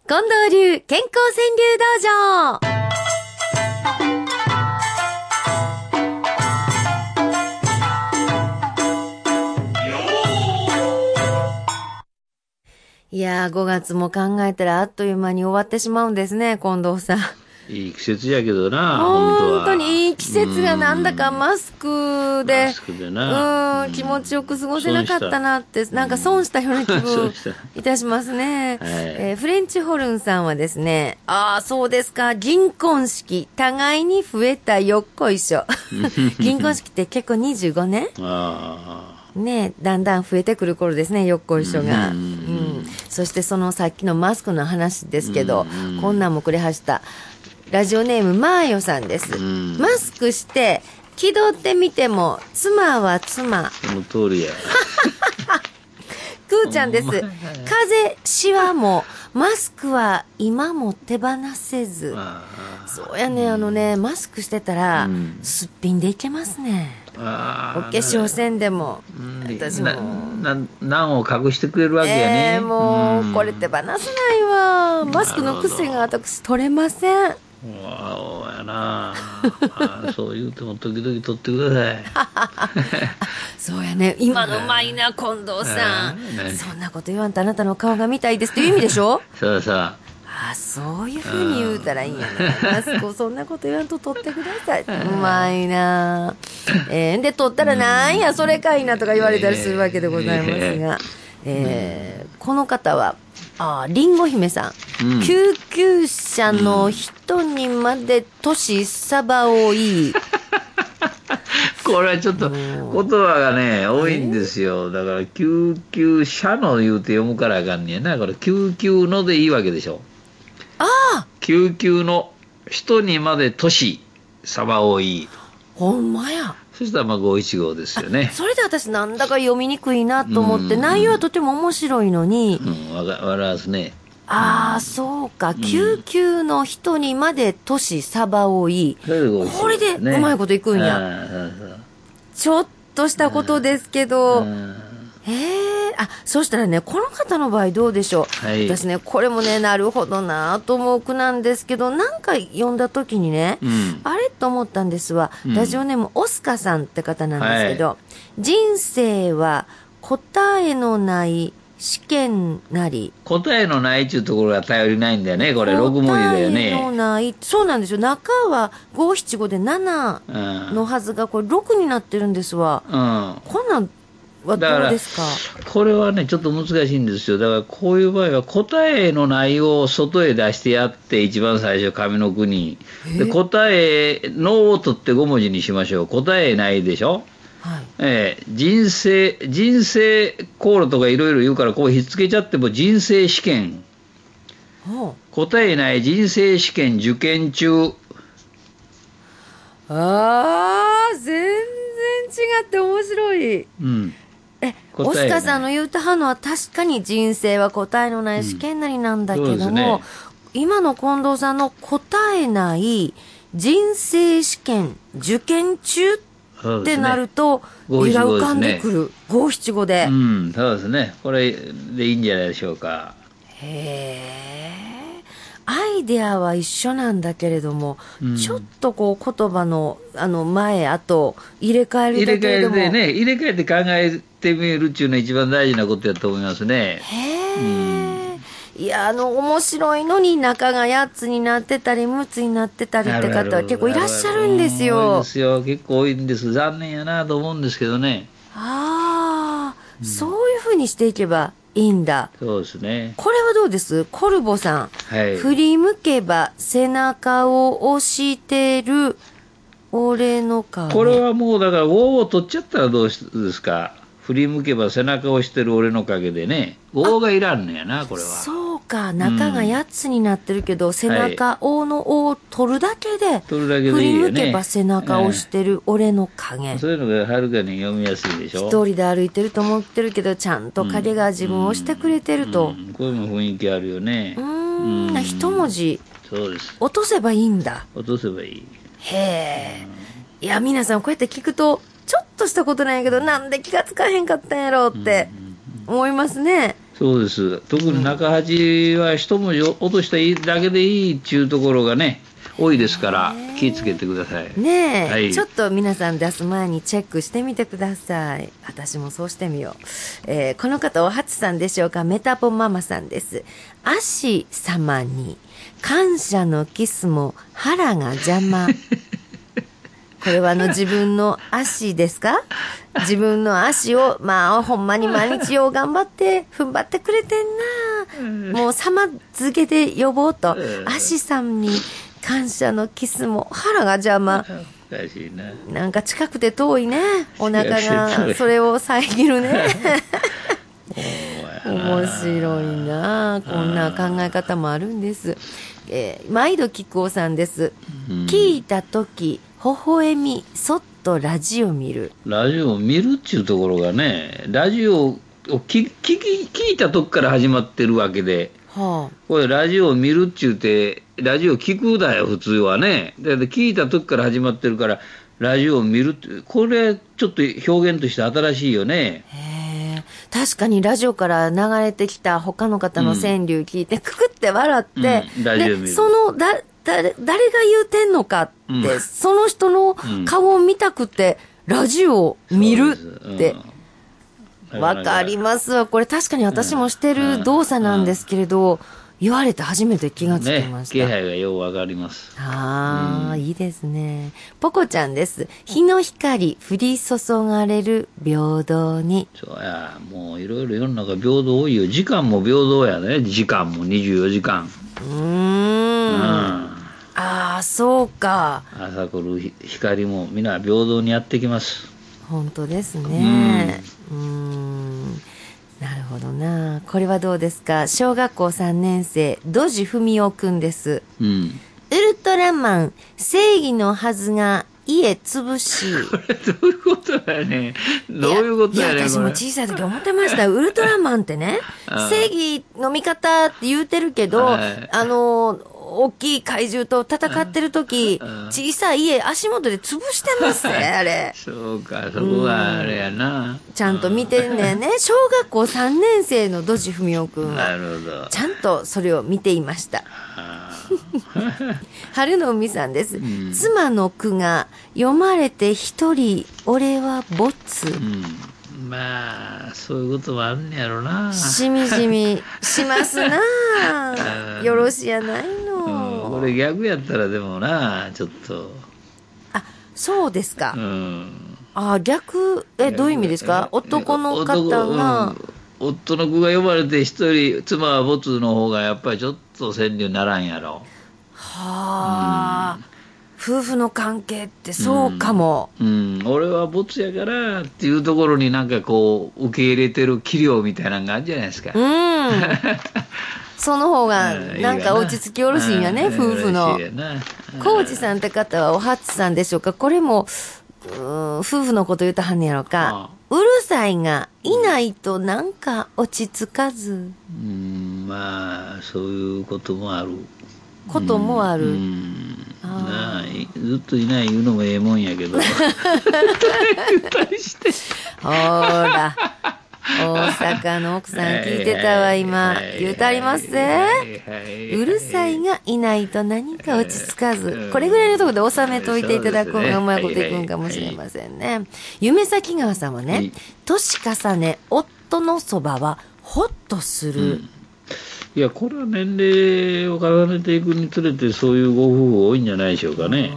近藤流健康川柳道場。いやー、5月も考えたらあっという間に終わってしまうんですね、近藤さん。 いい季節やけどな、 本当にいい季節がなんだかマスクで、 マスクでな、 気持ちよく過ごせなかったなって、なんか損したような気分いたしますね。フレンチホルンさんはですね、ああ、そうですか、銀婚式、互いに増えたよっこいしょ。銀婚式って結構25年ね、だんだん増えてくる頃ですね、よっこいしょが。そしてそのさっきのマスクの話ですけど、こんなんもくれはした。ラジオネームマーヨさんです。マスクして気取ってみても妻は妻。 その通りや。 くーちゃんです。風邪しわもマスクは今も手放せず。そうやね、マスクしてたら、すっぴんでいけますね。お化粧せんでも、私も難を隠してくれるわけやね。 もうこれ手放せないわ。マスクの癖が私取れません。 おやな。そう言うても時々取ってください。 そうやね、今のうまいな、近藤さん。そんなこと言わんとあなたの顔が見たいですっていう意味でしょ。 そうそう。 そういうふうに言うたらいいんやね。マスクをそんなこと言わんと取ってください。うまいな。で取ったらなんやそれかいなとか言われたりするわけでございますが、この方はりんご姫さん、救急車の人にまで年サバをいい。 これはちょっと言葉がね多いんですよ。だから救急車の言うて読むからあかんねやな。これ救急のでいいわけでしょ。救急の人にまで年サバをいい。 ほんまや。 そしたら515ですよね。 それで私なんだか読みにくいなと思って、内容はとても面白いのに、 笑わすね。 そうか、救急の人にまで年サバをいい。これでうまいこといくんや。ちょっとしたことですけど、そしたらね、この方の場合どうでしょう。私ね、これもね、なるほどなと思う句なんですけど、なんか読んだ時にね、あれと思ったんですわ。ラジオネームオスカさんって方なんですけど、人生は答えのない試験なり。 答えのないっていうところが頼りないんだよね。これ6文字だよね。 答えのない。そうなんですよ。中は575で7のはずが、これ6になってるんですわ。こんなんはどうですか。 これはねちょっと難しいんですよ。だからこういう場合は答えのないを外へ出してやって、一番最初上の句にで答えのを取って5文字にしましょう。答えないでしょ。人生航路とかいろいろ言うから、こうひっつけちゃっても人生試験、答えない人生試験受験中。 全然違って面白い。オスカさんの言うたはのは確かに人生は答えのない試験なりなんだけども、今の近藤さんの答えない人生試験受験中ってなると、絵が浮かんでくる。575で。 そうですね。これでいいんじゃないでしょうか。 アイデアは一緒なんだけれども、ちょっとこう言葉の前後入れ替えるだけでも入れ替えて考えてみるっていうのは一番大事なことだと思いますね。 いや、面白いのに中が8つになってたり6つになってたりって方は結構いらっしゃるんですよ。 多いですよ。結構多いんです。残念やなと思うんですけどね。 そういうふうにしていけばいいんだ。 そうですね。 これはどうです？コルボさん、振り向けば背中を押してる俺の影。 これはもうだから「お」を取っちゃったらどうですか。振り向けば背中を押してる俺の影でね、おがいらんのやな。これはそうか、中が8つになってるけど、背中おのおを取るだけで、 振り向けば背中を押してる俺の影、 そういうのがはるかに読みやすいでしょ。 一人で歩いてると思ってるけど、ちゃんと影が自分を押してくれてると、 こういうの雰囲気あるよね。 一文字そうです。 落とせばいいんだ。 落とせばいい。 いや、皆さんこうやって聞くとちょっとしたことなんやけど、なんで気がつかへんかったんやろうって思いますね。 そうです。特に中八は一文字落としただけでいいっていうところがね、多いですから気をつけてくださいねえ、 はい、 ちょっと皆さん出す前にチェックしてみてください。私もそうしてみよう。この方お初さんでしょうか。メタポママさんです。アシ様に感謝のキスも腹が邪魔これは自分の足ですか。自分の足をほんまに毎日を頑張って踏ん張ってくれてんな。もう様付けで呼ぼうと。足さんに感謝のキスも腹が邪魔。なんか近くて遠いね。お腹がそれを遮るね。面白いな。こんな考え方もあるんです。毎度聞くおさんです。聞いたとき微笑みそっとラジオ見る。 ラジオを見るっていうところがね、ラジオを聞いたとこから始まってるわけで、これラジオを見るって言ってラジオ聞くだよ普通はね。で聞いた時から始まってるからラジオを見るって、これちょっと表現として新しいよね。 確かにラジオから流れてきた他の方の川柳聞いて、くくって笑って、 ラジオ見る。 でその誰が言うてんのかって、その人の顔を見たくて、ラジオを見るって、わかりますわ。これ確かに私もしてる動作なんですけれど、言われて初めて気がつきました。 気配がようわかります。 いいですね。ポコちゃんです。日の光降り注がれる平等に。 そうや、もういろいろ世の中平等多いよ。時間も平等やね。時間も24時間。 そうか。 朝来る光もみんな平等にやってきます。 本当ですね。なるほどな。これはどうですか。小学校3年生ドジ文雄くんです。ウルトラマン正義のはずが家潰し。 これどういうことやね。どういうことやね。 私も小さい時思ってました。ウルトラマンってね、正義の味方って言うてるけど、大きい怪獣と戦ってる時、小さい家足元で潰してますね、あれ。 そうか、そこはあれやな。 ちゃんと見てんだよね。小学校3年生のドジ文雄くんは。 なるほど。 ちゃんとそれを見ていました。春の海さんです。妻の句が読まれて一人、俺はボツ。 そういうこともあんねやろな。 しみじみしますな。よろしやないの。 これ逆やったらでもな、ちょっと。 そうですか。逆、どういう意味ですか。男の方が。 夫の句が読まれて一人、妻はボツの方がやっぱりちょっと川柳ならんやろ。 夫婦の関係ってそうかも。 俺はボツやからっていうところになんかこう受け入れてる器量みたいなのがあるじゃないですか。 その方がなんか落ち着きよろしいんやね、夫婦の。浩二さんって方はお初さんでしょうか。これも夫婦のこと言うたはんねやろか。うるさいがいないとなんか落ち着かず。 そういうこともある。ずっといない言うのもええもんやけど。言ったりして。 ほら。大阪の奥さん聞いてたわ今。言うたりますぜ。うるさいがいないと何か落ち着かず。これぐらいのところで収めといていただく方がうまいこといくんかもしれませんね。夢咲川さんはね、年重ね夫のそばはホッとする。 いや、これは年齢を重ねていくにつれてそういうご夫婦多いんじゃないでしょうかね。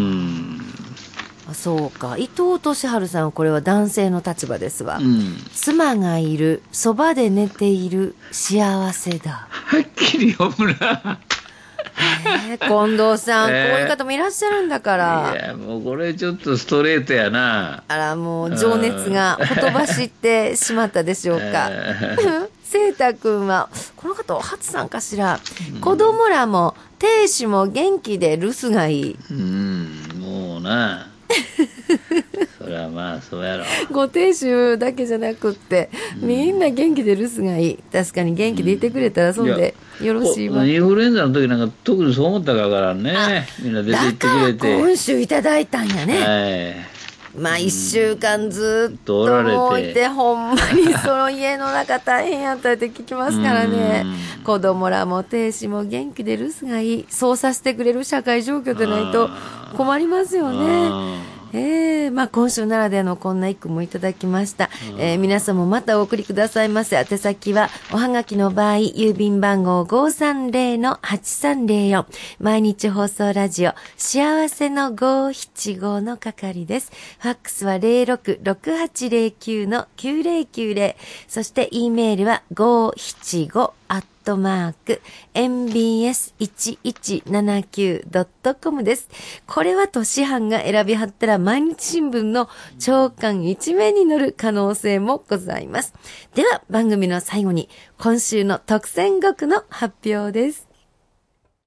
そうか。伊藤俊治さんはこれは男性の立場ですわ。妻がいる、そばで寝ている、幸せだ。 はっきり読むな。 近藤さん、こういう方もいらっしゃるんだから。 いや、もうこれちょっとストレートやな。 もう情熱がほとばしってしまったでしょうか。聖太くんは、この方、初さんかしら。子供らも、亭主も元気で留守がいい。 もうな。それはまあ、そうやろ。 ご亭主だけじゃなくって、みんな元気で留守がいい。確かに元気でいてくれたらそんでよろしいわ。 インフルエンザの時なんか特にそう思ったからね。みんな出て行ってくれて。 だから今週いただいたんやね。 まあ一週間ずっともういて、ほんまにその家の中大変やったって聞きますからね。子供らも亭主も元気で留守がいい。そうさせてくれる社会状況でないと困りますよね。まあ今週ならではのこんな一句もいただきました。皆さんもまたお送りくださいませ。宛先はおはがきの場合、郵便番号 530-8304 毎日放送ラジオ幸せの575の係です。ファックスは 066809-9090 そして E メールは575@mbs1179.com です。これは都市班が選びはったら毎日新聞の朝刊一面に載る可能性もございます。では番組の最後に今週の特選5句の発表です。